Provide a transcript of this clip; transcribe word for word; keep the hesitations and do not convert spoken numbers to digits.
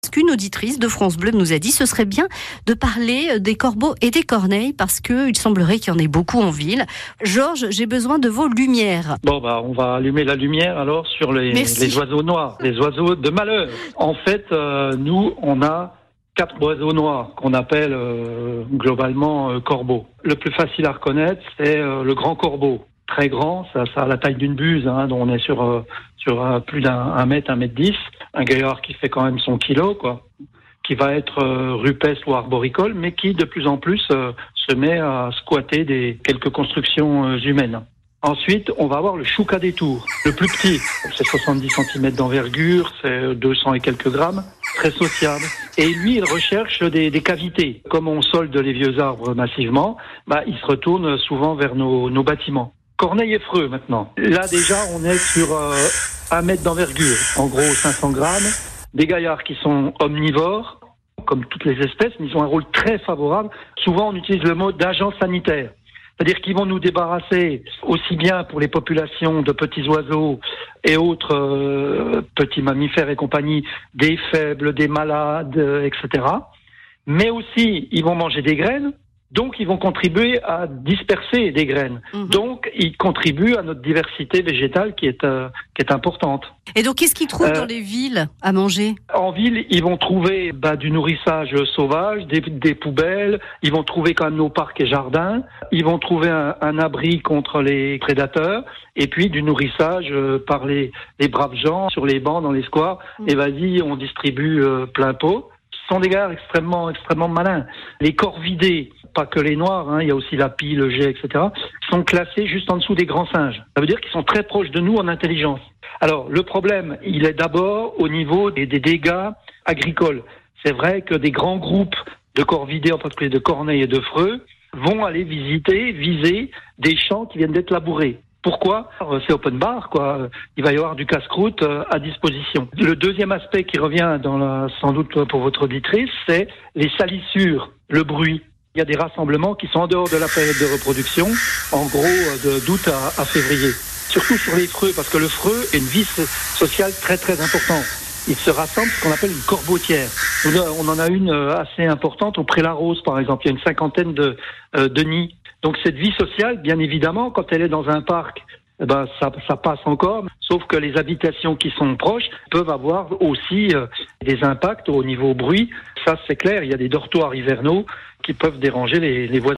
Ce qu'une auditrice de France Bleu nous a dit, ce serait bien de parler des corbeaux et des corneilles parce qu'il semblerait qu'il y en ait beaucoup en ville. Georges, j'ai besoin de vos lumières. Bon, bah, on va allumer la lumière alors sur les, les oiseaux noirs, les oiseaux de malheur. En fait, euh, nous, on a quatre oiseaux noirs qu'on appelle euh, globalement euh, corbeaux. Le plus facile à reconnaître, c'est euh, le grand corbeau. Très grand, ça, ça a la taille d'une buse, hein, dont on est sur euh, sur euh, plus d'un un mètre, un mètre dix. Un gaillard qui fait quand même son kilo, quoi, qui va être euh, rupestre ou arboricole, mais qui de plus en plus euh, se met à squatter des quelques constructions euh, humaines. Ensuite, on va avoir le choucas des tours, le plus petit. C'est soixante-dix centimètres d'envergure, c'est deux cents et quelques grammes, très sociable. Et lui, il recherche des, des cavités. Comme on solde les vieux arbres massivement, bah, il se retourne souvent vers nos, nos bâtiments. Corneille et freux maintenant. Là déjà, on est sur euh, un mètre d'envergure, en gros cinq cents grammes. Des gaillards qui sont omnivores, comme toutes les espèces, mais ils ont un rôle très favorable. Souvent, on utilise le mot d'agent sanitaire. C'est-à-dire qu'ils vont nous débarrasser aussi bien pour les populations de petits oiseaux et autres euh, petits mammifères et compagnie, des faibles, des malades, euh, et cetera. Mais aussi, ils vont manger des graines. Donc, ils vont contribuer à disperser des graines. Mmh. Donc, ils contribuent à notre diversité végétale qui est, euh, qui est importante. Et donc, qu'est-ce qu'ils trouvent euh, dans les villes à manger ? En ville, ils vont trouver bah, du nourrissage sauvage, des, des poubelles. Ils vont trouver quand même nos parcs et jardins. Ils vont trouver un, un abri contre les prédateurs. Et puis, du nourrissage euh, par les, les braves gens sur les bancs, dans les squares. Mmh. Et vas-y, on distribue euh, plein pot. Ce sont des gars extrêmement, extrêmement malins. Les corvidés, pas que les noirs, hein, il y a aussi la pie, le jet, et cetera, sont classés juste en dessous des grands singes. Ça veut dire qu'ils sont très proches de nous en intelligence. Alors, le problème, il est d'abord au niveau des, des dégâts agricoles. C'est vrai que des grands groupes de corvidés, en particulier de corneilles et de freux, vont aller visiter, viser des champs qui viennent d'être labourés. Pourquoi ? C'est open bar, quoi. Il va y avoir du casse-croûte à disposition. Le deuxième aspect qui revient dans la, sans doute pour votre auditrice, c'est les salissures, le bruit. Il y a des rassemblements qui sont en dehors de la période de reproduction, en gros de, d'août à, à février. Surtout sur les freux, parce que le freux est une vie sociale très très importante. Ils se rassemblent ce qu'on appelle une corbeautière. On en a une assez importante au Pré-la-Rose, par exemple. Il y a une cinquantaine de, euh, de nids. Donc cette vie sociale, bien évidemment, quand elle est dans un parc, eh ben ça, ça passe encore. Sauf que les habitations qui sont proches peuvent avoir aussi euh, des impacts au niveau bruit. Ça, c'est clair. Il y a des dortoirs hivernaux qui peuvent déranger les, les voisins.